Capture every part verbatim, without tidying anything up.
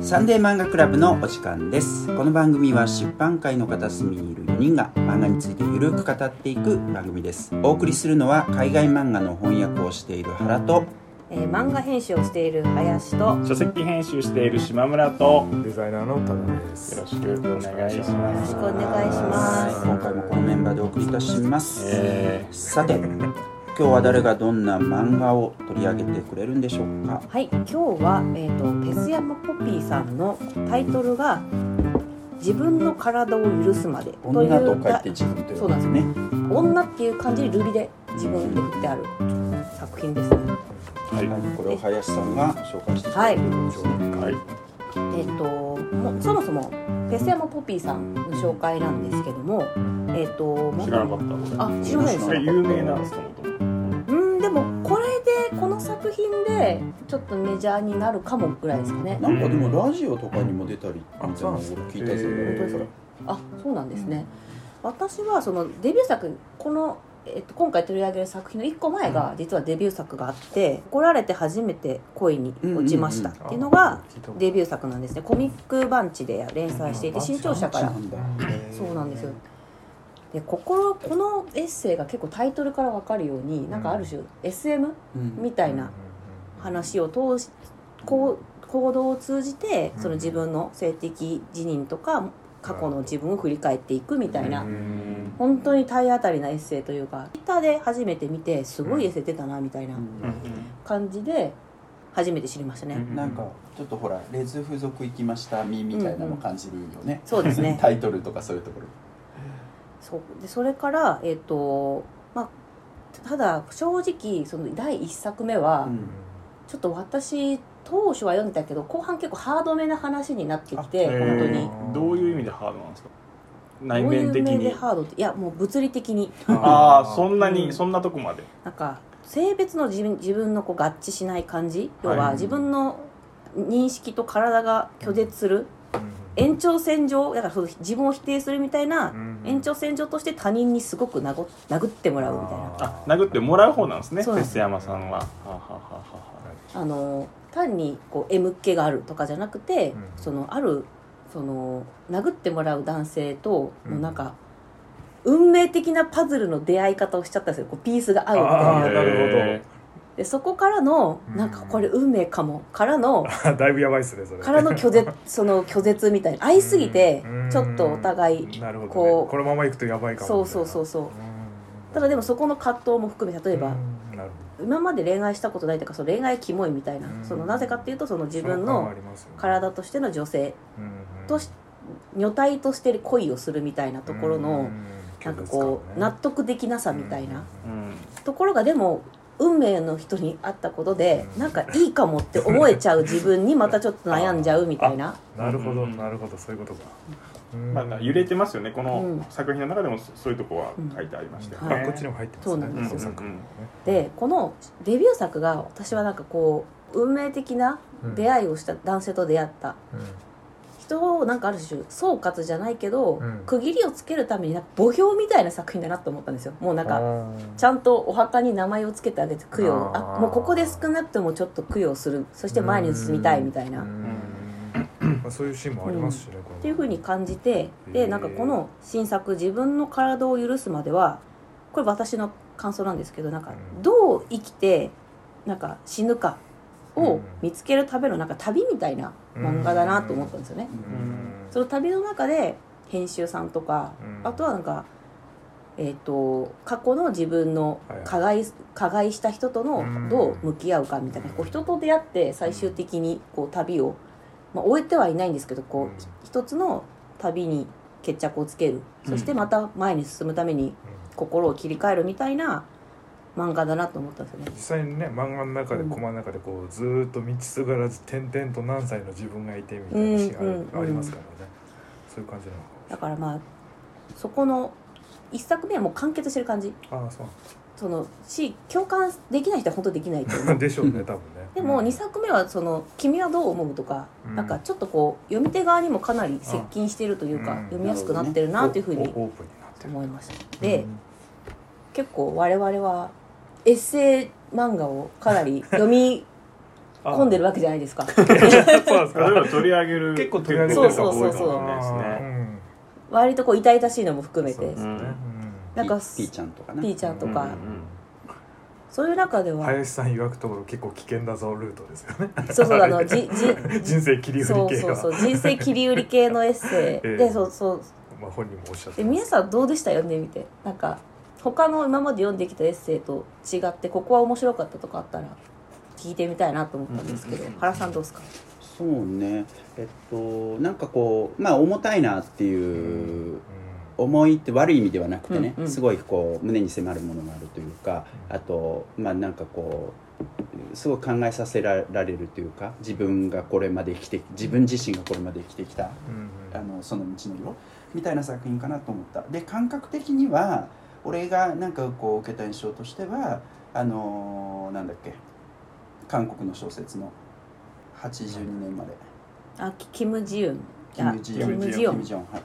サンデー漫画クラブのお時間です。この番組は出版界の片隅にいるよにんが漫画についてゆるく語っていく番組です。お送りするのは海外漫画の翻訳をしている原と、 えー、漫画編集をしている林と書籍編集している島村とデザイナーの多田です。 よろしくお願いします。 よろしくお願いします。 今回もこのメンバーでお送りいたします、 えー、 さて今日は誰がどんな漫画を取り上げてくれるんでしょうか。 はい、今日は、えーと、ペスヤマポピーさんのタイトルが自分の体を許すまでという、 女と書いて自分という、 そうなんですね、女っていう漢字にルビで自分で振ってある作品ですね。 はい、これを林さんが紹介してくれるということですね。 はい、 えーともそもそもペスヤマポピーさんの紹介なんですけども、えーと知らなかったあ、知らないですか。 有名なんですか。 うん、でもこれでこの作品でちょっとメジャーになるかもぐらいですかね。 なんかでもラジオとかにも出たりみたいなのを聞いたぜ。 本当ですか。あ、そうなんですね。私はそのデビュー作、この、えっと、今回取り上げる作品のいっこまえが実はデビュー作があって、怒られて初めて恋に落ちましたっていうのがデビュー作なんですね。コミックバンチで連載していて、新潮社から。そうなんですよ。でここ、このエッセイが結構タイトルから分かるように、なんかある種 エスエム みたいな話を通し、こう行動を通じてその自分の性的自認とか過去の自分を振り返っていくみたいな、本当に体当たりなエッセイというか、ツイッターで初めて見てすごいエッセイ出たなみたいな感じで初めて知りましたね。 なんかちょっとほらレズ付属行きましたみみたいなの感じるよね、うんうん、 そうですねタイトルとかそういうところ。 そうで、それから、えーとまあ、ただ正直そのだいいっさくめは、うん、ちょっと私当初は読んでたけど後半結構ハードめな話になってきて、本当に。 どういう意味でハードなんですか。内面的に。どういう意味でハードって、いやもう物理的にああ、そんなに、うん、そんなとこまで。 なんか性別の自分、自分のこう合致しない感じ、要は自分の認識と体が拒絶する、延長線上だから、その自分を否定するみたいな延長線上として他人にすごく殴ってもらうみたいな。 あ、殴ってもらう方なんですね、ペスヤマさんは。 あの単にこう M っ気があるとかじゃなくて、うん、そのあるその殴ってもらう男性とのなんか、うん、運命的なパズルの出会い方をしちゃったんですよ。こうピースが合うみたいな。 あ、なるほど。 でそこからのなんかこれ運命かもからのだいぶやばいっすねそれ。 からの拒絶、その拒絶みたいな、合いすぎてちょっとお互いなるほど、ね、 こうこのままいくとやばいかも。 そうそうそうそう。ただでもそこの葛藤も含め、例えば今まで恋愛したことないとか、その恋愛キモいみたいな、そのなぜかっていうとその自分の体としての女性とし女体として恋をするみたいなところのなんかこう納得できなさみたいなところが、でも運命の人に会ったことでなんかいいかもって思えちゃう自分にまたちょっと悩んじゃうみたいな。 なるほどなるほど、そういうことか。 まあ、揺れてますよね、この作品の中でもそういうところは書いてありましたよね、 うんはい、こっちにも入ってますね。 そうなんですよ、 うん、 でこのデビュー作が私はなんかこう運命的な出会いをした男性と出会った人をなんかある種総括じゃないけど、うん、区切りをつけるためになんか墓標みたいな作品だなと思ったんですよ。もうなんかちゃんとお墓に名前をつけてあげて供養、あもうここで少なくともちょっと供養する、そして前に進みたいみたいな、 そういうシーンもありますしね、 うん、っていう風に感じて、でなんかこの新作自分の体を許すまでは、これ私の感想なんですけど、なんかどう生きてなんか死ぬかを見つけるためのなんか旅みたいな漫画だなと思ったんですよね。その旅の中で編集さんとか、あとはなんかえーと過去の自分の加害、加害した人とのどう向き合うかみたいな、こう人と出会って最終的にこう旅をまあ、終えてはいないんですけど、こう、うん、一つの旅に決着をつける、そしてまた前に進むために心を切り替えるみたいな漫画だなと思ったんですよね。 実際にね、漫画の中で、コマの中でこうずーっと道すがらず点々と何歳の自分がいてみたいなシーンがある、うんうん、ありますからね。そういう感じなのかもしれない。 だからまあそこの一作目はもう完結してる感じ。 ああ、そう。 そのし共感できない人は本当できないと思うでしょうね、多分ね。 でもにさくめはその君はどう思うとか、うん、なんかちょっとこう読み手側にもかなり接近しているというか、うん、読みやすくなってるなというふうに思いました。で、うん、結構我々はエッセイ漫画をかなり読み混んでるわけじゃないですか。 そうなんですか。 例えば取り上げる結構取り上げるそうそうそうそう多いかもしれないですね。 割とこう痛々しいのも含めて、 そうですね。 なんかピーちゃんとかねピーちゃんとか、 うんうんそういう中では林さん曰くところ結構危険だぞルートですよね。 そうそうあのじじ人生切り売り系が。 そうそうそう人生切り売り系のエッセイ、 ええでそうそうまあ本人もおっしゃってで皆さんどうでしたよね見て、なんか他の今まで読んできたエッセイと違ってここは面白かったとかあったら聞いてみたいなと思ったんですけど、原さんどうですか？ そうねえっとなんかこうまあ重たいなっていう思いって悪い意味ではなくてね、 うんうん、 すごいこう胸に迫るものがあるというか、あとまあなんかこうすごい考えさせられるというか、自分がこれまで生きて自分自身がこれまで生きてきた、うん、あのその道の色みたいな作品かなと思った。で感覚的には俺がなんかこう受けた印象としてはあのー、なんだっけ韓国の小説のはちじゅうにねんまであキム・ジユンキム・ジヨンキムジヨンキムジヨン、はい、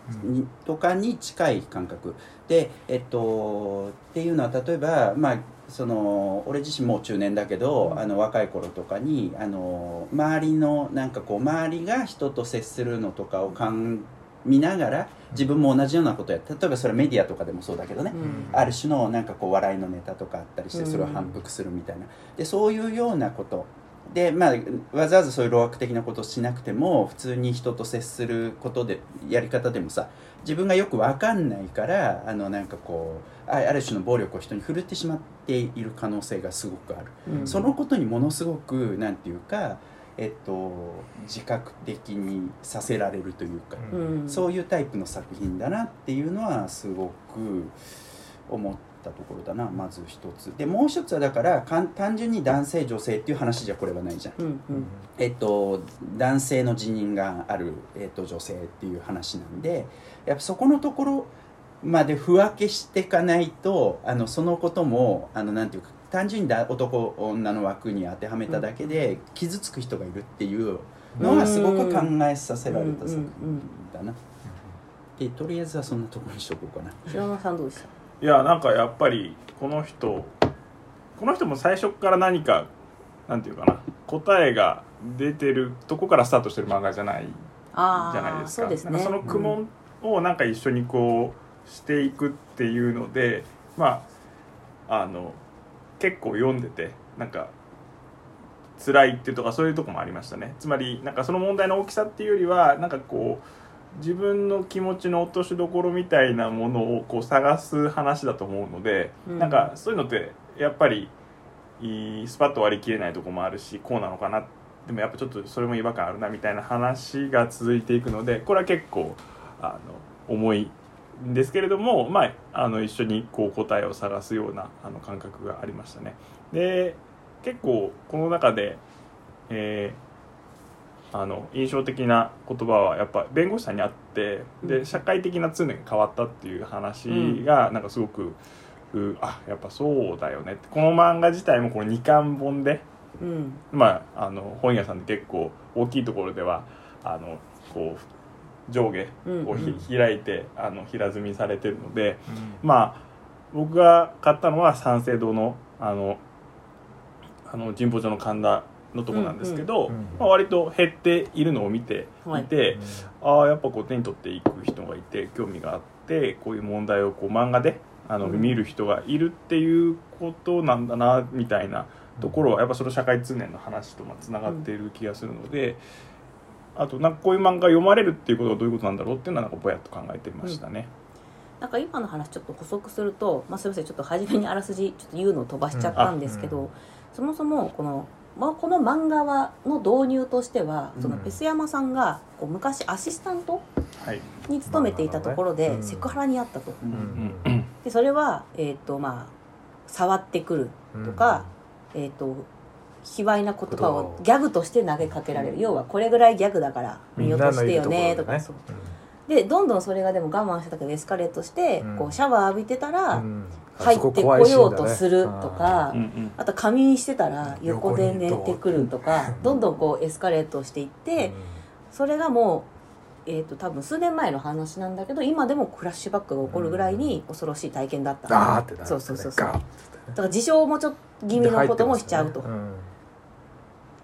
とかに近い感覚で、えっと、っていうのは例えば、まあ、その俺自身もう中年だけど、うん、あの若い頃とかにあの周りのなんかこう周りが人と接するのとかをかん見ながら自分も同じようなことや例えばそれメディアとかでもそうだけどね、うん、ある種のなんかこう笑いのネタとかあったりしてそれを反復するみたいなでそういうようなことで、まあ、わざわざそういう老悪的なことをしなくても普通に人と接することでやり方でもさ自分がよく分かんないからあのなんかこう あ, ある種の暴力を人に振るってしまっている可能性がすごくある、うん、そのことにものすごくなんていうか、えっと、自覚的にさせられるというか、うん、そういうタイプの作品だなっていうのはすごく思ってところだなまず一つでもう一つはだから単純に男性女性っていう話じゃこれはないじゃん、うんうん、えっと男性の自認がある、えっと、女性っていう話なんでやっぱそこのところまで不分けしていかないとあのそのこともあのなんていうか単純に男女の枠に当てはめただけで傷つく人がいるっていうのはすごく考えさせられた作品だな、でとりあえずはそんなところにしとこうかな。 白間さんどうでした？ いやなんかやっぱりこの人この人も最初から何かなんていうかな答えが出てるとこからスタートしてる漫画じゃないじゃないですか。そうですね、なんかその苦悶をなんか一緒にこうしていくっていうので、うん、まああの結構読んでてなんか辛いっていうとかそういうとこもありましたね。つまりなんかその問題の大きさっていうよりはなんかこう自分の気持ちの落としどころみたいなものをこう探す話だと思うので、うん、なんかそういうのってやっぱりスパッと割り切れないとこもあるしこうなのかなでもやっぱちょっとそれも違和感あるなみたいな話が続いていくのでこれは結構あの重いんですけれども、まあ、あの一緒にこう答えを探すようなあの感覚がありましたね。で結構この中で、えーあの印象的な言葉はやっぱ弁護士さんにあってで社会的な通念が変わったっていう話がなんかすごく、うん、あやっぱそうだよねってこの漫画自体もこのにかんぼんで、うん、まああの本屋さんで結構大きいところではあのこう上下を、うん、開いてあの平積みされてるので、うん、まあ僕が買ったのは三省堂のあのあの神保町の神田のとこなんですけど、うんうんまあ、割と減っているのを見ていて、はい、ああやっぱこう手に取っていく人がいて興味があってこういう問題をこう漫画であの、うん、見る人がいるっていうことなんだなみたいなところはやっぱその社会通念の話とつながっている気がするので、うん、あとなんかこういう漫画読まれるっていうことはどういうことなんだろうっていうのはなんかぼやっと考えてましたね、 うん、なんか今の話ちょっと補足すると、まあ、すいませんちょっと初めにあらすじちょっと言うのを飛ばしちゃったんですけど、うん、そもそもこのまあ、この漫画はの導入としてはそのペス山さんがこう昔アシスタントに勤めていたところでセクハラにあったと、でそれは、えーとまあ、触ってくるとか、えーと卑猥な言葉をギャグとして投げかけられる、要はこれぐらいギャグだから見落としてよねとかそうでどんどんそれがでも我慢してたけどエスカレートして、うん、こうシャワー浴びてたら、うん、入ってこようとするとか、ね、あ, あと仮眠してたら横で寝てくるとかどんどんこうエスカレートしていって、うん、それがもう、えー、と多分数年前の話なんだけど今でもフラッシュバックが起こるぐらいに恐ろしい体験だった、 ガーってなる、ね、 そうそうそうそうだから自傷もちょっと気味のこともしちゃうと、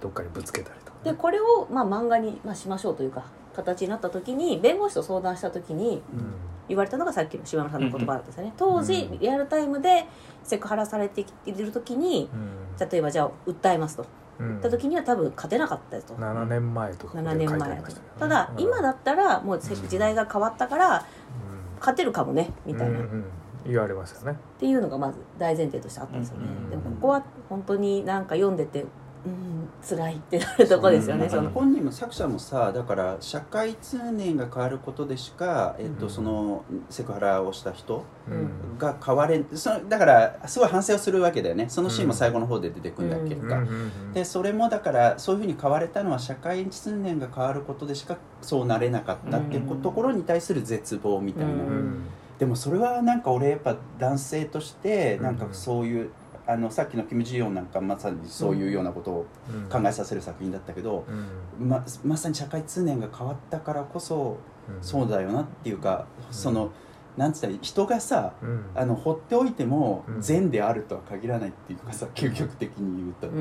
どっかにぶつけたりとか、 ね、でこれをまあ漫画に、まあ、しましょうというか形になった時に弁護士と相談した時に言われたのがさっきの島村さんの言葉だったんですよね。当時リアルタイムでセクハラされている時に、うん、例えばじゃあ訴えますと言った時には多分勝てなかったですと、 ななねんまえとかななねんまえとか、ただ、うん、今だったらもう時代が変わったから、うん、勝てるかもねみたいな、うんうん、 言われましたねっていうのがまず大前提としてあったんですよね、うん、でもここは本当になんか読んでてうん辛いってなるとこですよね。 その本人も作者もさ、だから社会通念が変わることでしか、えっと、そのセクハラをした人が変われ、そのだからすごい反省をするわけだよね。そのシーンも最後の方で出てくるんだっけか、うん、でそれもだからそういうふうに変われたのは社会通念が変わることでしかそうなれなかったっていうところに対する絶望みたいな、うん、でもそれはなんか俺やっぱ男性としてなんかそういう、あのさっきのキム・ジヨンなんかまさにそういうようなことを考えさせる作品だったけど、うん、ま, まさに社会通念が変わったからこそそうだよなっていうか、うん、そのなんつったら人がさ、うん、あの放っておいても善であるとは限らないっていうかさ、究極的に言うと、うん、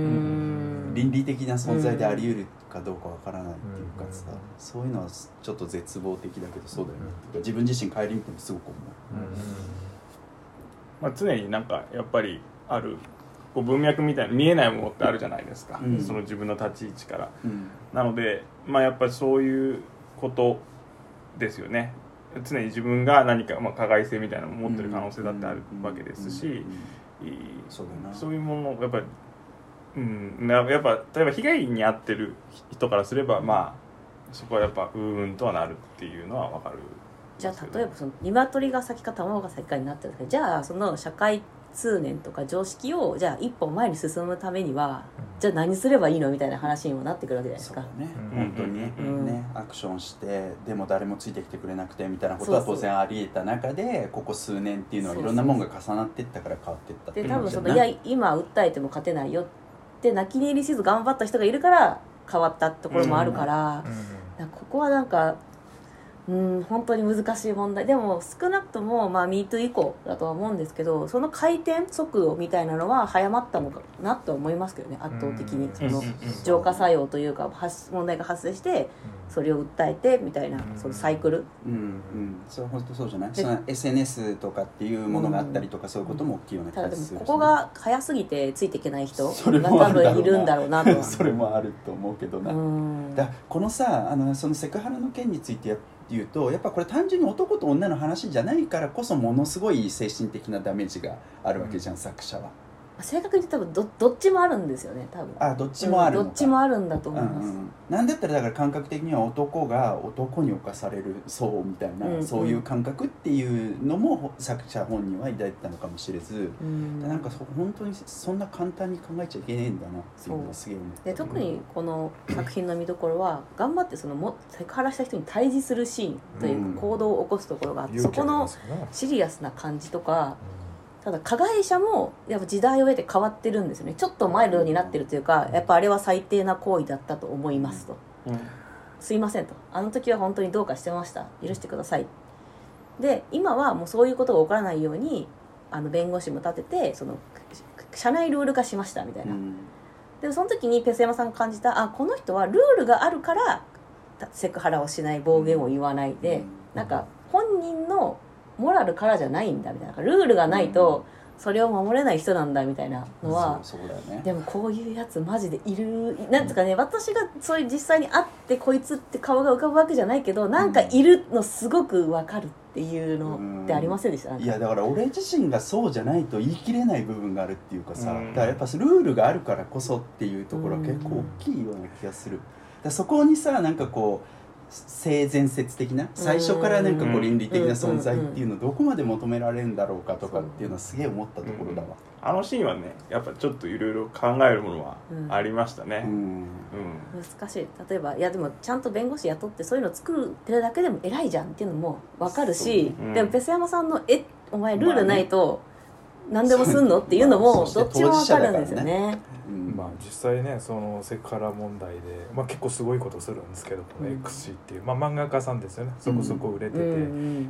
倫理的な存在であり得るかどうかわからないっていうかさ、うん、そういうのはちょっと絶望的だけどそうだよねっていうか、自分自身顧みてもすごく思う、うんまあ、常になんかやっぱりあるこう文脈みたいな見えないものってあるじゃないですか、うん、その自分の立ち位置から、うん、なので、まあ、やっぱりそういうことですよね。常に自分が何か、まあ、加害性みたいなのを持ってる可能性だってあるわけですし、そういうものやっぱり、うん、やっぱ例えば被害に遭ってる人からすれば、まあそこはやっぱうーんとはなるっていうのは分かる。 じゃあ例えばその鶏が先か卵が先かになってるんですけど、じゃあその社会通念とか常識をじゃあ一歩前に進むためには、うん、じゃあ何すればいいのみたいな話にもなってくるわけじゃないですか。 そうね、うん、本当にね、うん、ねアクションしてでも誰もついてきてくれなくてみたいなことは当然あり得た中で、ここ数年っていうのはいろんなものが重なっていったから変わっていったっていうで、多分そのいや今訴えても勝てないよって泣き寝入りせず頑張った人がいるから変わったところもあるから、うん、ここはなんかうん本当に難しい問題でも少なくとも、まあ、ミートゥー 以降だとは思うんですけど、その回転速度みたいなのは早まったのかなと思いますけどね。圧倒的にその浄化作用というか問題が発生してそれを訴えてみたいなそのサイクル、 うんうん、それは本当そうじゃない。その エスエヌエス とかっていうものがあったりとか、そういうことも大きいような気がするし、ね、 ただでもここが早すぎてついていけない人が多分いるんだろうなとそれもあると思うけどな。うんだこのさあのそのセクハラの件についてやって言うとやっぱこれ単純に男と女の話じゃないからこそものすごい精神的なダメージがあるわけじゃん、うん、作者は。 正確に多分 ど, どっちもあるんですよね多分。 あどっちもあるのか、 うん、どっちもあるんだと思います、 うんうん、なんだったらだから感覚的には男が男に侵されるそうみたいな、うんうん、そういう感覚っていうのも作者本人は抱いてたのかもしれず、うん、なんかそ本当にそんな簡単に考えちゃいけないんだなっていうのがすげえ思った。 で特にこの作品の見どころは頑張ってそのもセクハラした人に対峙するシーンというか行動を起こすところがあって、うん、そこのシリアスな感じとか、ただ加害者もやっぱ時代を経て変わってるんですよね。ちょっとマイルドになってるというか、やっぱあれは最低な行為だったと思いますと、うん、すいませんと、あの時は本当にどうかしてました、許してください。で今はもうそういうことが起こらないようにあの弁護士も立ててその社内ルール化しましたみたいな、うん、でその時にペスヤマさんが感じた、あこの人はルールがあるからセクハラをしない、暴言を言わないで、うん、なんか本人のモラルからじゃないんだみたいな、ルールがないとそれを守れない人なんだみたいなのは、 うん、そうそうだよね。 でもこういうやつマジでいる、なんつうかね、私がそういう実際に会ってこいつって顔が浮かぶわけじゃないけど、なんかいるのすごくわかるっていうのってありませんでした？ いやだから俺自身がそうじゃないと言い切れない部分があるっていうかさ、だからやっぱルールがあるからこそっていうところは結構大きいような気がする。だそこにさなんかこう性善説的な最初からなんかこう倫理的な存在っていうのをどこまで求められるんだろうかとかっていうのはすげえ思ったところだわ、うん、 あのシーンはねやっぱちょっといろいろ考えるものはありましたね、うんうん、 難しい。例えばいやでもちゃんと弁護士雇ってそういうのを作ってるだけでも偉いじゃんっていうのも分かるし、ね、でもペスヤマさんのえお前ルールないと何でもすんのっていうのもどっちも分かるんですよね。 まあ、実際ねそのセクハラ問題で、まあ、結構すごいことするんですけど、この エックスシー っていう、まあ、漫画家さんですよね。そこそこ売れてて、うん、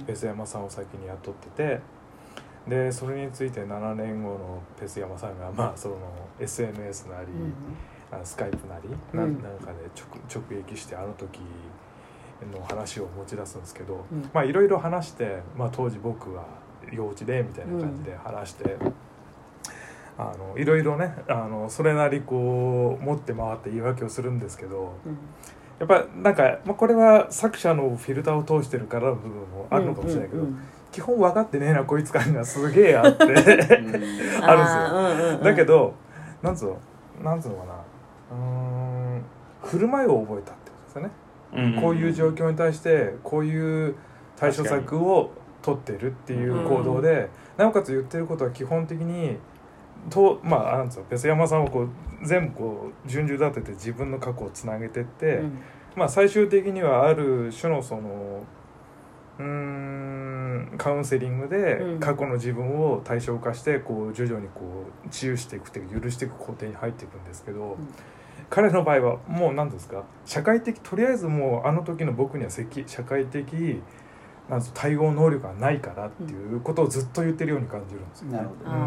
ペスヤマさんを先に雇ってて、でそれについてななねんごのペスヤマさんが、まあ、その エスエヌエス なり、うん、 スカイプなり、うん、な, なんかで、ね、直, 直撃してあの時の話を持ち出すんですけど、うん、まあいろいろ話して、まあ、当時僕は幼稚でみたいな感じで話して、うん、あのいろいろねあのそれなりこう持って回って言い訳をするんですけど、うん、やっぱなんか、まあ、これは作者のフィルターを通してるからの部分もあるのかもしれないけど、うんうんうん、基本分かってねえなこいつ感がすげえあってあるんですよ、うんうん、だけどなんつうのなんつうのかなうーん振る舞いを覚えたってことですよね、うんうんうん、こういう状況に対してこういう対処策を取ってるっていう行動で、うんうん、なおかつ言ってることは基本的にとまあなんつうの別山さんをこう全部こう順序立てて自分の過去をつなげてって、うん、まあ最終的にはある種のそのうーんカウンセリングで過去の自分を対象化してこう徐々にこう治癒していくっていう許していく工程に入っていくんですけど、うん、彼の場合はもう何ですか社会的とりあえずもうあの時の僕には社会的なん対応能力がないからっていうことをずっと言ってるように感じるんですよ、ね、 なるほど、うん、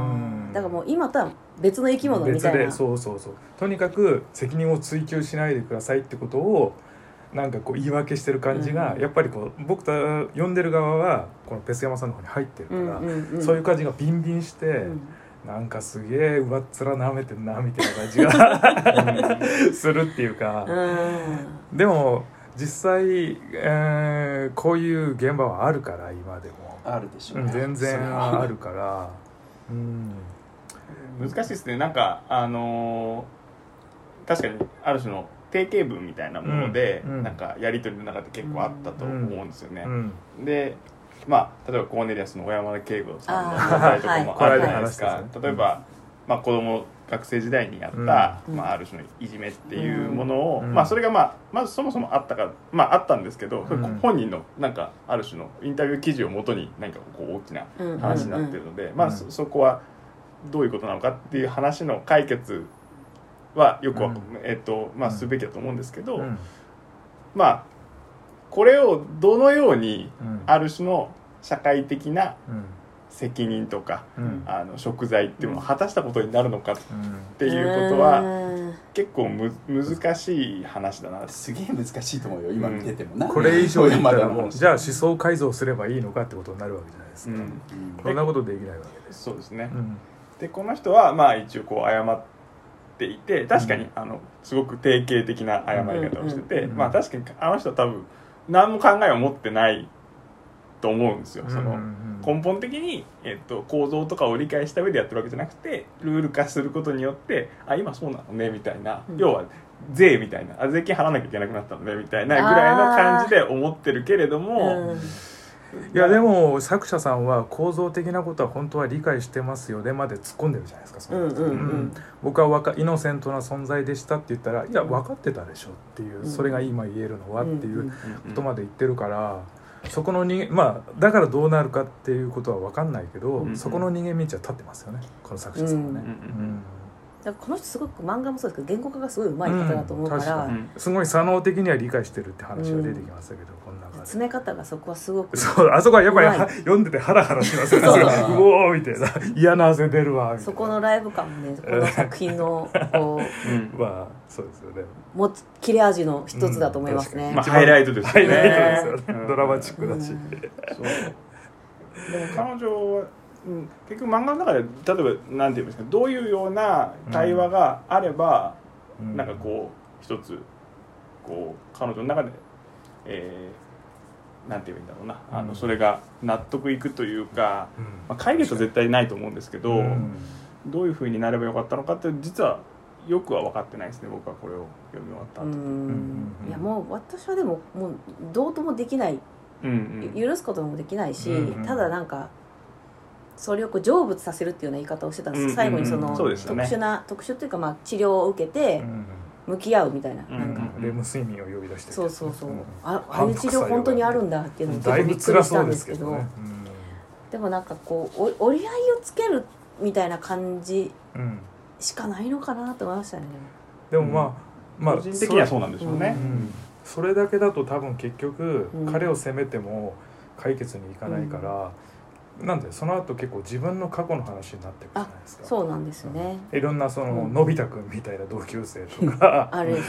だからもう今とは別の生き物みたいな別でそうそうそうとにかく責任を追及しないでくださいってことをなんかこう言い訳してる感じが、うん、やっぱりこう僕と読んでる側はこのペス山さんの方に入ってるから、うんうんうん、そういう感じがビンビンして、うん、なんかすげえ上っ面なめてんなみたいな感じがするっていうか、うん、でも実際、えー、こういう現場はあるから今でもあるでしょうね、 全然あるから、うん、 難しいですね。なんかあのー、確かにある種の定型文みたいなもので、うん、なんかやり取りの中で結構あったと思うんですよね、うんうん、でまあ例えばコーネリアスの小山田圭吾さんの問題とかもあるじゃないですか、はい、例えば、まあ、子供学生時代にやった、うんまあ、ある種のいじめっていうものを、うんまあ、それが、まあ、まずそもそもあったか、まあ、あったんですけど、うん、本人のなんかある種のインタビュー記事をもとに何かこう大きな話になってるので、うんうんうんまあ、そ, そこはどういうことなのかっていう話の解決はよくは、うんえーとまあ、すべきだと思うんですけど、うん、まあこれをどのようにある種の社会的な責任とか、うん、あの贖罪っていうのを果たしたことになるのかっていうことは結構む難しい話だな。 すげえ難しいと思うよ今見ててもな、 うん、これ以上言ったらもうじゃあ思想改造すればいいのかってことになるわけじゃないですか、うんうん、こんなことできないわけです。 そうですね、うん、でこの人はまあ一応こう謝っていて確かにあのすごく定型的な謝り方をしてて、うんうん、まあ確かにあの人は多分何も考えを持ってないと思うんですよ。その根本的に、えっと、構造とかを理解した上でやってるわけじゃなくてルール化することによってあ今そうなのねみたいな、うん、要は税みたいなあ税金払わなきゃいけなくなったのねみたいなぐらいの感じで思ってるけれども、 いやでも作者さんは構造的なことは本当は理解してますよねまで突っ込んでるじゃないですか。その、うんうんうん、僕はわかイノセントな存在でしたって言ったらいや分かってたでしょっていう、うん、それが今言えるのはっていうことまで言ってるから、そこのにまあだからどうなるかっていうことは分かんないけど、うんうん、そこの逃げ道は立ってますよねこの作者さんはね、うんうんうんだからこの人すごく漫画もそうですけど言語化がすごい上手い方だと思うから、うん、 すごい左脳的には理解してるって話は出てきましたけど、うん、こんな感じ詰め方がそこはすごくそうあそこはやっぱり読んでてハラハラしますよね。うおーみたいな嫌な汗出るわみたいなそこのライブ感もねこの作品のこう、 うん、まあそうですよね持つ切れ味の一つだと思いますね、 うんまあ、ハイライトですよね。 ハイライトですよね、ドラマチックだし、うん、 そうでも彼女はうん、結局漫画の中で例えばなんていうんですかどういうような対話があれば、うん、なんかこう一つこう彼女の中で、えー、なんて言うんだろうな、うん、あのそれが納得いくというか、うんまあ、解決は絶対ないと思うんですけど、うん、どういうふうになればよかったのかって実はよくは分かってないですね僕はこれを読み終わった後、うん、 いやもう私はでももうどうともできない、うんうん、許すこともできないし、うんうん、ただなんかそれをこう成仏させるっていうような言い方をしてたんです、うんうん、最後にその、ね、特殊な特殊というかまあ治療を受けて向き合うみたいな、うんうん、なんかレム睡眠を呼び出してそうそうそう、うん、ああいう治療本当にあるんだっていうのを結構びっくりしたんですけど、ねうん、でもなんかこう折り合いをつけるみたいな感じしかないのかなと思いましたね。 でもまあ、 うん、まあ個人的にはそうなんでしょうね、 うんうん、それだけだと多分結局、うん、彼を責めても解決にいかないから、 なんでその後結構自分の過去の話になってくるじゃないですか。 そうなんですね、 いろんなその、 うん、 のび太くんみたいな同級生とかあれ、うん、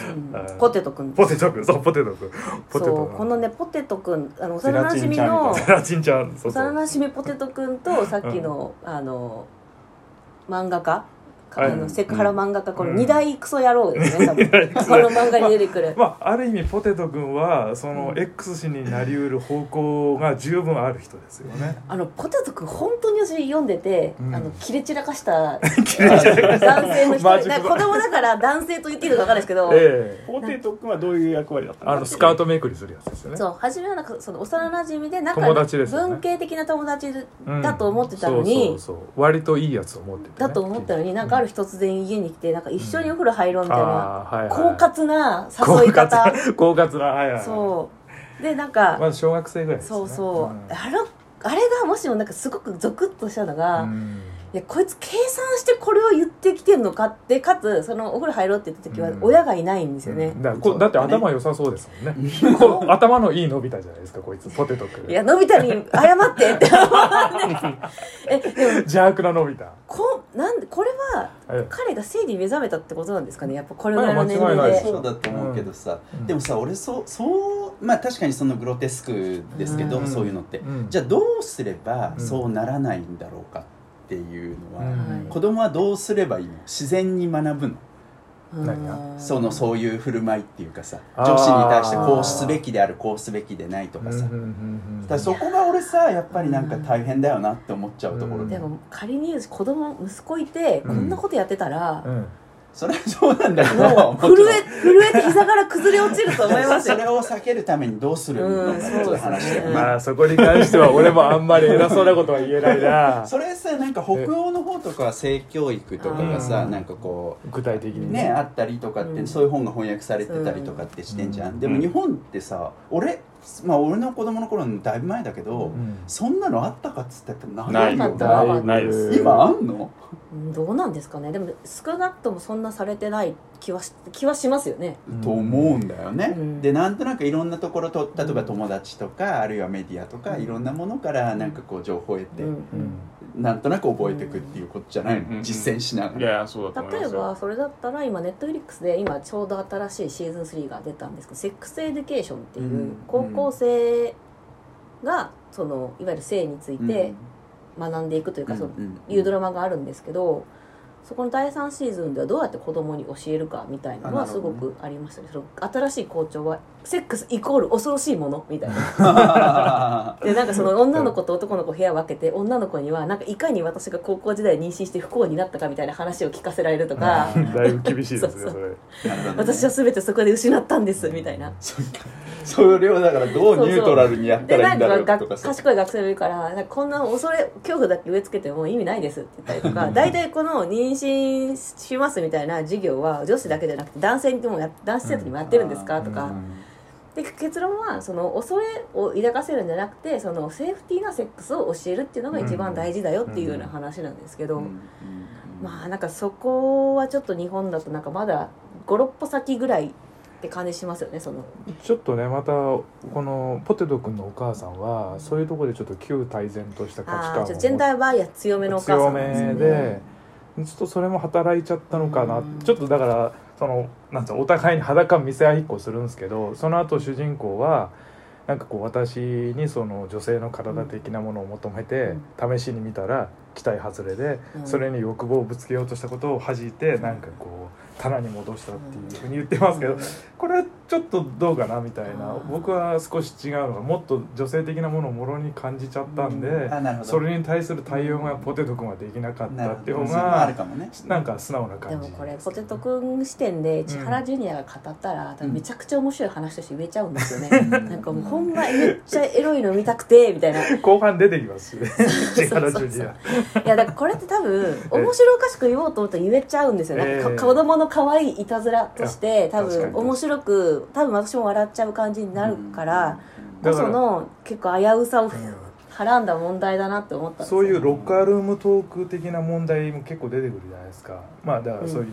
ポテトくんポテトくんそうポテトくんポテトそうこのねポテトくんあの幼なじみのゼラチンちゃんそうそう幼なじみポテトくんとさっきの、うん、あの漫画家あのセクハラ漫画家、この二大クソ野郎ですね、うん、多分この漫画に出てくる、 まあ、ある意味ポテト君はその X 氏になりうる方向が十分ある人ですよね。 あのポテト君本当に私読んでて、うん、あの切れ散らかした切れ散らかした男性の人で子供だから男性と言っていいのか分からないですけど、 ええ、ポテト君はどういう役割だったの？ あのスカートめくりするやつですよね。 そう初めはなんかその幼なじみで仲友達ですよね、 文系的な友達だと思ってたのに、 うん、そうそうそう割といいやつを持ってて、ね、 だと思ったのになんかある日突然家に来てなんか一緒にお風呂入ろうみたいな、うん、狡猾な誘い方狡猾な、はいはいはい、 そうでなんかまず小学生ぐらいですね。 そうそう、うん、あれあれがもしもなんかすごくゾクッとしたのが、うん、いやこいつ計算してこれを言ってきてんのかってかつそのお風呂入ろうって言った時は親がいないんですよね、 うん、だ, だって頭良さそうですもんね頭のいいのび太じゃないですかこいつポテトくん。 いやのび太に謝ってって思ってえでも邪悪なのび太こなんでこれは彼が正義に目覚めたってことなんですかねやっぱこれぐらいの年齢で。 そうだと思うけどさ、うん、でもさ俺そうそうまあ確かにそのグロテスクですけど、うん、そういうのって、うん、じゃあどうすればそうならないんだろうかっていうのは、うん、子供はどうすればいいの？自然に学ぶの？ 何がそのそういう振る舞いっていうかさ女子に対してこうすべきであるこうすべきでないとかさ、だからそこが俺さやっぱりなんか大変だよなって思っちゃうところで、 でも仮に子供息子いてこんなことやってたら、うんうんそれはそうなんだけど震え震えて膝から崩れ落ちると思いますよそれを避けるためにどうするのかっていう話だよね、 まあそこに関しては俺もあんまり偉そうなことは言えないなそれさなんか北欧の方とかは性教育とかがさなんかこう具体的にね, ねあったりとかって、うん、そういう本が翻訳されてたりとかってしてんじゃん、うん、でも日本ってさ俺まあ俺の子供の頃のだいぶ前だけど、うん、そんなのあったかっつってないよないないです今あんの？ どうなんですかね。でも少なくともそんなされてない気は し, 気はしますよね、 と思うんだよね、うん、でなんとなくいろんなところと例えば友達とかあるいはメディアとかいろんなものからなんかこう情報を得て、うんうん、なんとなく覚えていくっていうことじゃないの、うん、実践しながら。 いやそうだと思いますよ。 例えばそれだったら今ネットフリックスで今ちょうど新しいシーズンスリーが出たんですけどセックスエデュケーションっていう高校生がそのいわゆる性について学んでいくというか、そのいうドラマがあるんですけど、そこのだいさんシーズンではどうやって子供に教えるかみたいなのはすごくありましたね。その新しい校長はセックスイコール恐ろしいものみたいなでなんかその女の子と男の子部屋を分けて女の子にはなんかいかに私が高校時代妊娠して不幸になったかみたいな話を聞かせられるとかだいぶ厳しいですねそれそうそう私は全てそこで失ったんですみたいなそれをだからどうニュートラルにやったらいいんだろうとかさ、 賢い学生もいるからなんかこんな恐れ恐怖だけ植え付けても意味ないですって言ったりとか大体この妊娠しますみたいな授業は女子だけじゃなくて男性にもや男子生徒にもやってるんですか、うん、とか、うん、で結論はその恐れを抱かせるんじゃなくてそのセーフティーなセックスを教えるっていうのが一番大事だよっていうような話なんですけど、うんうん、まあなんかそこはちょっと日本だとなんかまだごろっぽ先ぐらいって感じしますよね。そのちょっとねまたこのポテト君のお母さんはそういうところでちょっと旧態然とした価値観をジェンダーバイアス強めのお母さんなんですよね。 強めでちょっとそれも働いちゃったのかな、うん、ちょっとだからそのなんつうのお互いに裸見せ合いっこするんですけどその後主人公はなんかこう私にその女性の体的なものを求めて試しに見たら期待外れで、うん、それに欲望をぶつけようとしたことを弾いてなんかこう棚に戻したっていうふうに言ってますけど、これはちょっとどうかなみたいな、僕は少し違うのがもっと女性的なものをもろに感じちゃったんで、それに対する対応がポテト君はできなかったっていう方がなんか素直な感じ。 でもこれポテト君視点で千原ジュニアが語ったら多分めちゃくちゃ面白い話として言えちゃうんですよね。なんかもうほんまめっちゃエロいの見たくてみたいな後半出てきますしね千原ジュニア。 いやだからこれって多分面白おかしく言おうと思ったら言えちゃうんですよね。えー、子供の可愛いいたずらとして多分面白く多分私も笑っちゃう感じになるからこその結構危うさをはらんだ問題だなって思ったんですよ。 そういうロッカールームトーク的な問題も結構出てくるじゃないですか。まあだからそういう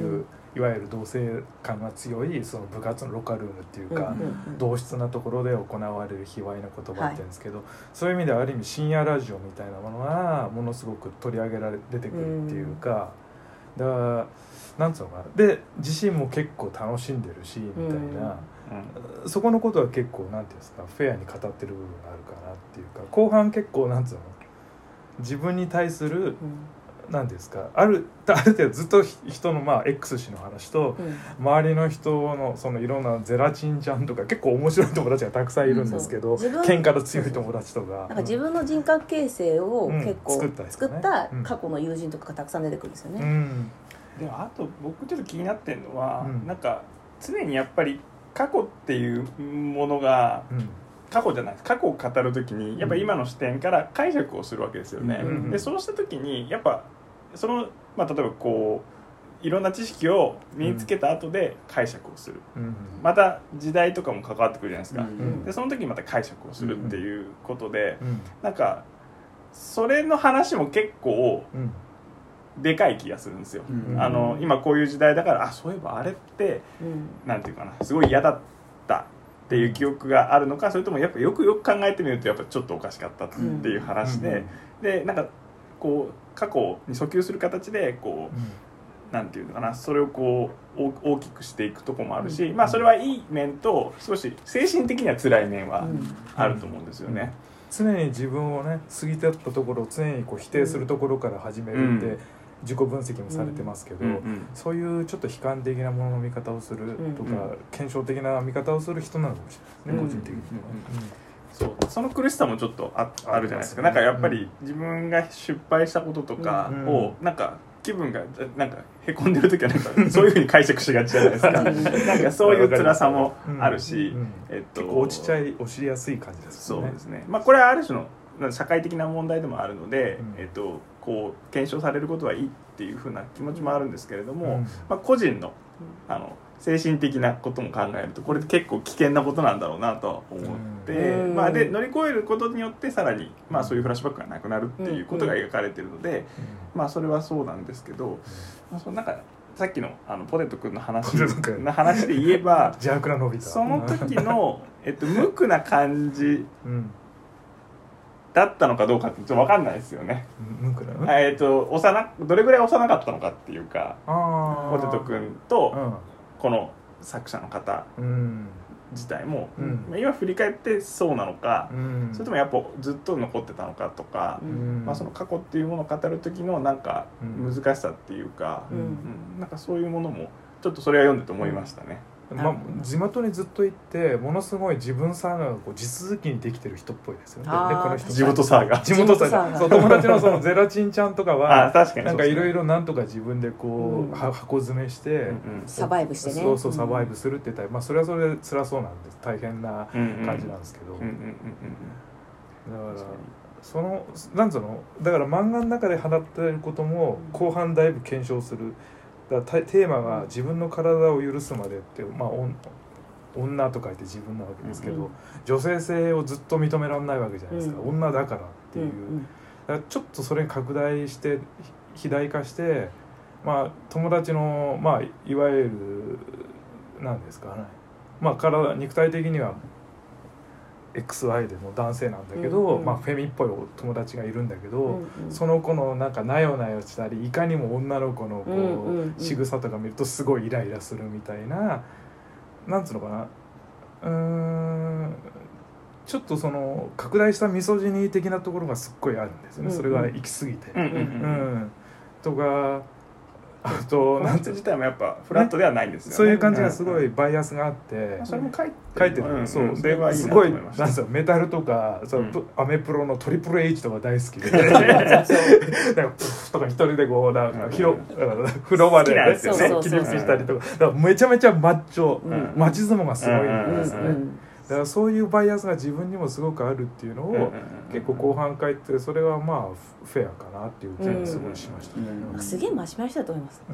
いわゆる同性感が強いその部活のロカルームっていうか、 うんうんうん、 同質なところで行われる卑猥な言葉って言うんですけど、はい、そういう意味ではある意味深夜ラジオみたいなものがものすごく取り上げられ出てくるっていうか、だからなんつうのかな、で自身も結構楽しんでるしみたいな、うん、そこのことは結構なんていうんですかフェアに語ってる部分があるかなっていうか、後半結構なんつうの自分に対する、うんなんですかあるある程度ずっと人のまあ X 氏の話と、うん、周りの人のそのいろんなゼラチンちゃんとか結構面白い友達がたくさんいるんですけど、うん、喧嘩の強い友達とかなんか自分の人格形成を結構、うん、作ったですね、作った過去の友人とかがたくさん出てくるんですよね、うん、 でもあと僕ちょっと気になってるのは、うん、なんか常にやっぱり過去っていうものが、うん過去じゃないです過去を語るときにやっぱ今の視点から解釈をするわけですよね、うん、でそうしたときにやっぱその、まあ、例えばこういろんな知識を身につけた後で解釈をする、うん、また時代とかも関わってくるじゃないですか、うん、でその時にまた解釈をするっていうことで、うん、なんかそれの話も結構でかい気がするんですよ、うん、あの今こういう時代だからあそういえばあれって、うん、なんていうかなすごい嫌だったっていう記憶があるのか、それともやっぱよくよく考えてみるとやっぱちょっとおかしかったっていう話で、うん、でなんかこう過去に訴求する形でこう、うん、なんていうのかなそれをこう大きくしていくところもあるし、うん、まあそれはいい面と少し精神的には辛い面はあると思うんですよね、 うんうん、常に自分をね過ぎてったところを常にこう否定するところから始めるって、うん自己分析もされてますけど、うんうん、そういうちょっと悲観的なものの見方をするとか、うんうん、検証的な見方をすする人なのかもしれないですね、うん、個人的には、うんうん、 そうその苦しさもちょっと あ, あるじゃないですか、なんかやっぱり自分が失敗したこととかをなんか気分がなんかへこんでる時はなんかそういうふうに解釈しがちじゃないですかなんかそういう辛さもあるし、うんうんえっと、落ちちゃい落ちやすい感じですね。 そうですね、まあ、これはある種の社会的な問題でもあるので、うんえっと、こう検証されることはいいっていうふうな気持ちもあるんですけれども、うんまあ、個人の、あの精神的なことも考えるとこれ結構危険なことなんだろうなと思って、うんまあ、で乗り越えることによってさらに、まあ、そういうフラッシュバックがなくなるっていうことが描かれているので、うんまあ、それはそうなんですけど、まあ、そのなんかさっき の, あのポテト君の話の話で言えば邪悪な伸びたその時の、えっと、無垢な感じ、うんだったのかどうかってちょっと分かんないですよね。えっと幼どれぐらい幼かったのかっていうか、ポテト君とこの作者の方自体も、うん、今振り返ってそうなのか、うん、それともやっぱずっと残ってたのかとか、うんまあ、その過去っていうものを語る時のなんか難しさっていうか、うんうん、なんかそういうものもちょっとそれは読んでて思いましたね。 まあ、地元にずっと行ってものすごい自分サーガがこう地続きにできてる人っぽいですよね。でこの人地元サーガ地元サーガそう友達のそのゼラチンちゃんとかはあ確かになんかいろいろなんとか自分でこう、うん、箱詰めして、うんうん、 サバイブしてねそうそうサバイブするって言ったら、まあ、それはそれで辛そうなんです大変な感じなんですけど、だからそのなんつうのだから漫画の中で放っていることも後半だいぶ検証する。だテーマが自分の体を許すまでって、まあ、女と書いて自分なわけですけど、うんうん、女性性をずっと認められないわけじゃないですか、うん、女だからっていう、うんうん、だからちょっとそれに拡大して肥大化して、まあ、友達の、まあ、いわゆる何ですかね、まあ、体肉体的にはエックスワイ でも男性なんだけど、うんうんまあ、フェミっぽい友達がいるんだけど、うんうん、その子のなんかなよなよしたりいかにも女の子のこう、うんうん、仕草とか見るとすごいイライラするみたいななんつうのかなうーんちょっとその拡大したミソジニー的なところがすっごいあるんですよね、うんうん、それが行き過ぎて、うんうんうんうん、とかあとなんて自体もやっぱフラットではないんですよね。 そういう感じがすごいバイアスがあって、 うん、それも書いて書いてる、うん、そう、うん、ですごいなんですよメタルとかその、うん、アメプロのトリプル H とか大好きでなんかプフとか一人でこうなんか広風呂場でね切り抜きしたりとかだからめちゃめちゃマッチョ、うん、マチズモがすごいんですね。 だからそういうバイアスが自分にもすごくあるっていうのを、うんうんうん、結構後半書いてそれはまあフェアかなっていう気がすごいしましたね、 うんうん、すげえ真面目な人だと思います、 うん、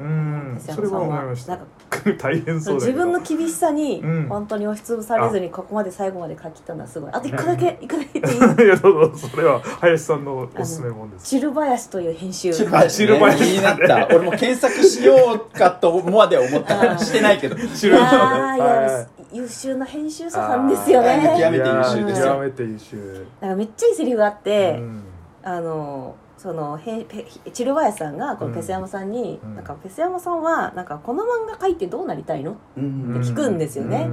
それは思いました。なんか大変そうだけど自分の厳しさに本当に押しつぶされずにここまで最後まで書き切ったのはすごい。あと一個だけ一個だけっていいいやどうぞ。それは林さんのおすすめもんです。 チル林という編集チル林、ね、気になった俺も検索しようかとまで思ったしてないけどチル林いやいや優秀な編集者さんですよね。 極めて優秀ですよ。 極めて優秀。 なんかめっちゃいいセリフがあって、うん、あのそのへチル林さんがこのペス山さんに、うん、なんかペス山さんはなんかこの漫画描いてどうなりたいの、うん、って聞くんですよね。うん、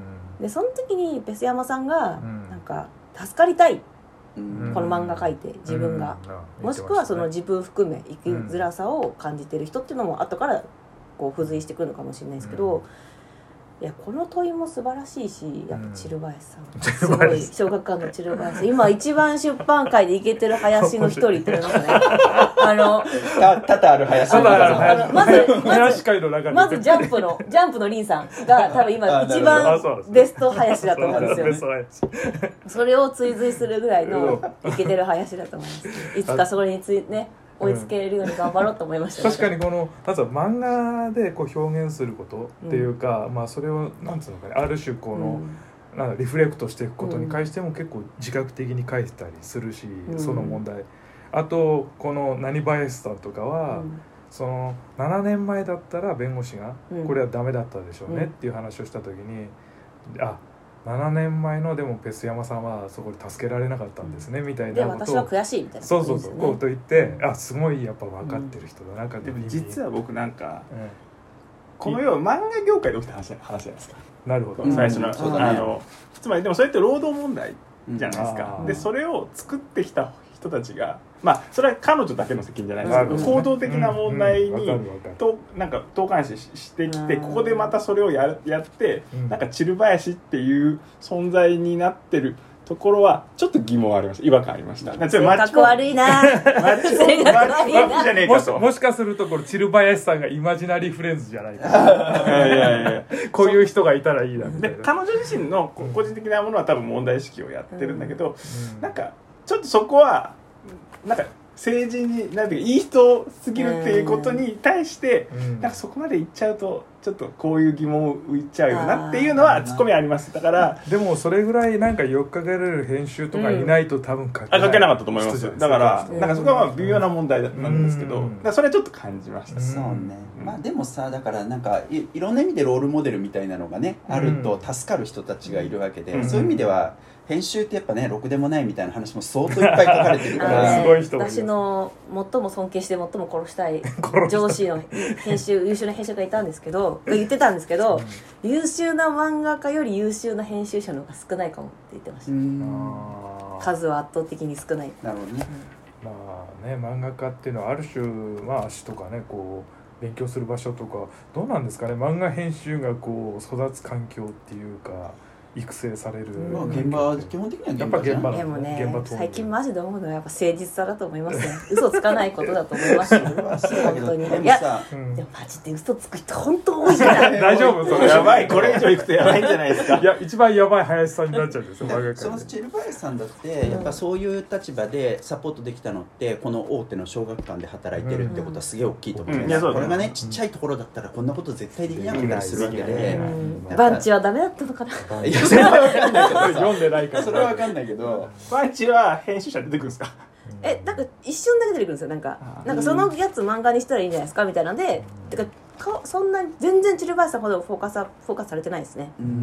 でその時にペス山さんがなんか助かりたい、うん、この漫画描いて自分が、うん、もしくはその自分含め生きづらさを感じてる人っていうのも後からこう付随してくるのかもしれないですけど。うんいやこの問いも素晴らしいしやっぱチル林さん、うん、すごい小学館のチル林さん今一番出版界でイケてる林の一人って言いますねあの多々ある林のまずまず界の中でまずジャンプのジャンプのリンさんが多分今一番ベスト林だと思うんですよねそれを追随するぐらいのイケてる林だと思いますいつかそこについね追いつけるように頑張ろうと思いました、ねうん、確かにこのまずは漫画でこう表現することっていうか、うん、まあそれをなんつうのかねある種この、うん、なんかリフレクトしていくことに関しても結構自覚的に書いてたりするし、うん、その問題あとこの何林さんとかは、うん、そのななねんまえだったら弁護士がこれはダメだったでしょうねっていう話をした時に、うん、あななねんまえのでもペス山さんはそこで助けられなかったんですね、うん、みたいなことをで私は悔しいみたいな、ね、 そうそうそうこうと言って、うん、あすごいやっぱ分かってる人だな、うん、かでも実は僕なんか、うん、この要は漫画業界で起きた話、話じゃないですかなるほど、 うん、最初の、うん、あのつまりでもそれって労働問題じゃないですか、うん、でそれを作ってきた人たちがまあそれは彼女だけの責任じゃないですけど、うん、行動的な問題に、うん、となんか投函ししてきて、うん、ここでまたそれをややって、うん、なんかチル林っていう存在になってるところはちょっと疑問ありました違和感ありました性格悪いなマッチ性格悪いなじゃねえかとも, もしかするとこれチル林さんがイマジナリーフレンズじゃないかいやいやいやこういう人がいたらいいなみたいなで彼女自身の個人的なものは多分問題意識をやってるんだけど、うん、なんかちょっとそこはなんか政治になんていうかいい人すぎるっていうことに対して、うん、なんかそこまで言っちゃうとちょっとこういう疑問を浮いちゃうよなっていうのはツッコミありますだからでもそれぐらいなんかよっかけられる編集とかいないと多分書けない、 うん、あ書けなかったと思いますよだからなんかそこはまあ微妙な問題なんですけど、うん、だからそれはちょっと感じました、 うん、そうね、うん、まあでもさだからなんか い, いろんな意味でロールモデルみたいなのがね、うん、あると助かる人たちがいるわけで、うん、そういう意味では編集ってやっぱねろくでもないみたいな話も相当いっぱい書かれてるからすごい人もい私の最も尊敬して最も殺したい上司の編集優秀な編集家がいたんですけど言ってたんですけど、うん、優秀な漫画家より優秀な編集者の方が少ないかもって言ってました。うん数は圧倒的に少ない。 なるほどね、 うん、まあね漫画家っていうのはある種まあ足とかねこう勉強する場所とかどうなんですかね漫画編集がこう育つ環境っていうか育成される、 まあ、現場は基本的には現場じゃん。やっぱ現場でもね現場最近マジで思うのはやっぱ誠実さだと思いますね嘘つかないことだと思いますよ本当にいや、うん、でもマジで嘘つく人本当多いじゃない大丈夫それやばいこれ以上いくとやばいんじゃないですかいや一番やばい林さんになっちゃうんですよそのチル林さんだってやっぱそういう立場でサポートできたのってこの大手の小学館で働いてるってことはすげえ大きいと思います、うんうん、これがねちっちゃいところだったらこんなこと絶対できなかったりするわけで、 うん、バンチはダメだったのかな。 いやそれは分かんない読んでないからそれは分かんないけどバンチは編集者出てくるんですかえなんか一瞬だけ出てくるんですよなんかなんかそのやつ漫画にしたらいいんじゃないですかみたいなのでてかそんな全然チルバイさんほどフォーカスフォーカスされてないですねうん、うん、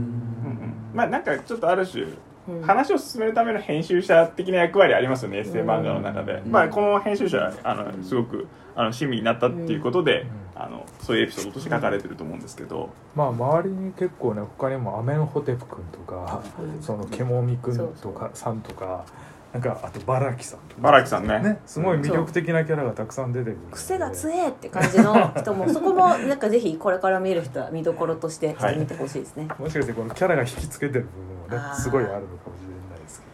まあなんかちょっとある種話を進めるための編集者的な役割ありますよねエッセイ漫画の中で、まあ、この編集者はあのすごくあの親身になったっていうことで、うん、あのそういうエピソードとして書かれてると思うんですけど、 まあ周りに結構ね他にもアメンホテプ君とか、うん、そのケモミ君とかさんとかなんかあとバラキさんとかバラキさん ね, ねすごい魅力的なキャラがたくさん出てくる、 うん、癖が強えって感じの人もそこもなんかぜひこれから見る人は見どころとして見てほしいですね、 はい、もしかしてこのキャラが引きつけてる部分はねすごいあるのかもしれないですけどね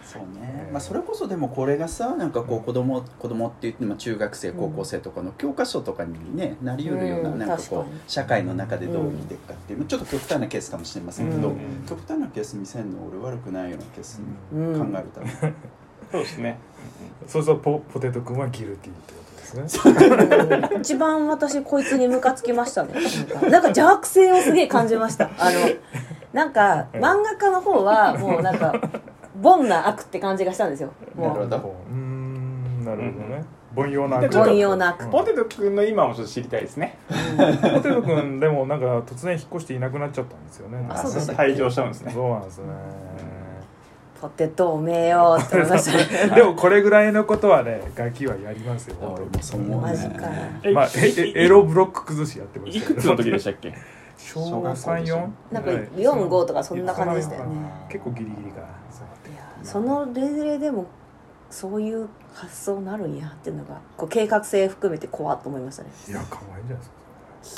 そうね、まあ、それこそでもこれがさなんかこう子供子供って言っても中学生高校生とかの教科書とかに、ね、なりうるような、 うん、 なんかこう確かに社会の中でどう生きていくかっていう、ちょっと極端なケースかもしれませんけど、 うん極端なケース見せんの俺悪くないようなケースうん考えるために、 そうですね。 そうするとポポテト君はギルティってことですね。 一番私こいつにムカつきましたね。なんかなんか邪悪性をすげえ感じました。あのなんか漫画家の方はもうなんか凡な悪って感じがしたんですよ。もうなるほどうーんなるほどね。凡庸な悪。 でちょっと凡庸な悪。 ポテト君の今もちょっと知りたいですね。 ポテト君でもなんか突然引っ越していなくなっちゃったんですよね。 あそうですね退場しちゃうんですね。 そうなんですね。 ポテトおめえよって思いましたね。 でもこれぐらいのことはねガキはやりますよ。 俺もそう思うね。 マジか。 えまあええエロブロック崩しやってまいしたけど。 くつの時でしたっけ？ 小三四。 なんかよんごとかそんな感じでしたよね。 結構ギリギリか。 いやそのレベルでもそういう発想になるんやっていうのがこう計画性含めて怖っと思いましたね。 いや可愛いんじゃないですか。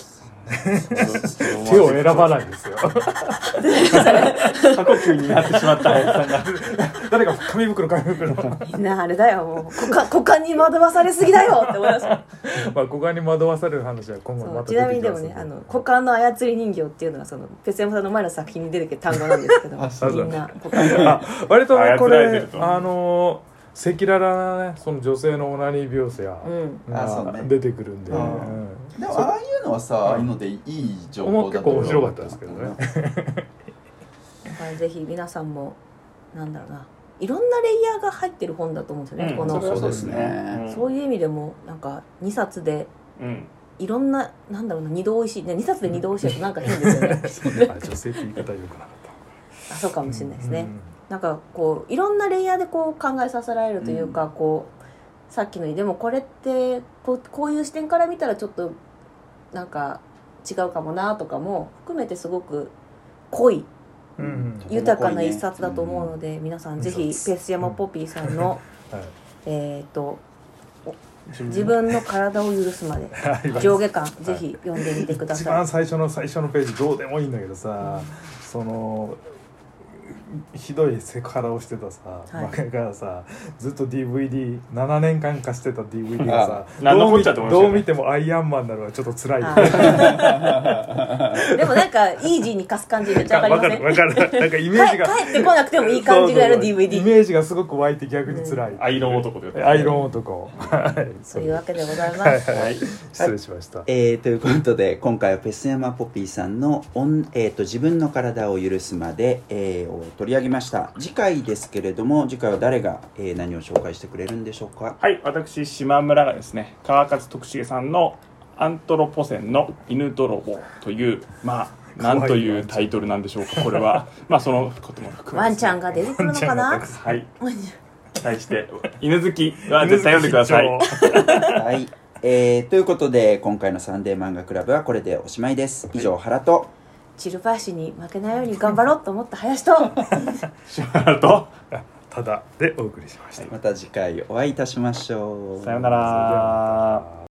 手手を選ばないんですよ。 過呼吸になってしまった林さんが。 誰か紙袋紙袋。 みんなあれだよもう股間股間に惑わされすぎだよって思いました。 まあ股間に惑わされる話は今後またそうちなみにでもねあの股間の操り人形っていうのがそのペスヤマさんの前の作品に出てくる単語なんですけどあそうみんな股間にあ割とねこ操られてれるとあの赤裸々なねその女性のオナニー描写うんあそうねが出てくるんで、 ううんんでもああいうのはさ、ああいうのでいい情報だと結構面白かったですけどね。 だからぜひ皆さんもなんだろうないろんなレイヤーが入ってる本だと思うんですよね、 うんこのそうですね、 そういう意味でもなんかにさつでうん。 いろんななんだろうな二度おいしいねにさつで二度おいしいってなんか変ですよねあ女性って言い方よくなかっあそうかもしれないですね、 うんなんかこういろんなレイヤーでこう考えさせられるというか、 うんこうさっきのでもこれってこう、こういう視点から見たらちょっとなんか違うかもなとかも含めてすごく濃いうんうん豊かな一冊だと思うので、皆さんぜひペスヤマポピーさんの、 はいえっと自分の体を許すまではい上下巻ぜひ読んでみてくだ一さい。 番最初の最初のページどうでもいいんだけどさ、そのひどいセクハラをしてたさ、 はい漫画家がさずっと ディーブイディーななねんかん貸してた ディーブイディー がさ何のこっちゃと思いましたよねどう見てもアイアンマンなのはちょっと辛いよね。 はいでもなんかイージーに貸す感じめっちゃわかりません？ わかるわかるなんかイメージが帰ってこなくてもいい感じぐらいの ディーブイディー。 イメージがすごく湧いて逆に辛い、 アイロン男というか。 アイロン男はいそういうわけでございます。 はいはいはい。 失礼しました、 えー、ということで今回はペスヤマポピーさんのオン、えーと「自分の体を許すまで」えーを取り上げました。次回ですけれども次回は誰が、えー何を紹介してくれるんでしょうか。 はい、私島村がですね、川勝徳重さんのアントロポセンの犬泥棒というまあなんというタイトルなんでしょうか。これはまあそのことも含めワンちゃんが出てくるのかな？ はい。対して犬好きは絶対読んでください。 はい、えーということで今回のサンデー漫画クラブはこれでおしまいです。以上、原とチルバーシに負けないように頑張ろうと思った林と島村とただでお送りしました、 また次回お会いいたしましょう。 さようなら。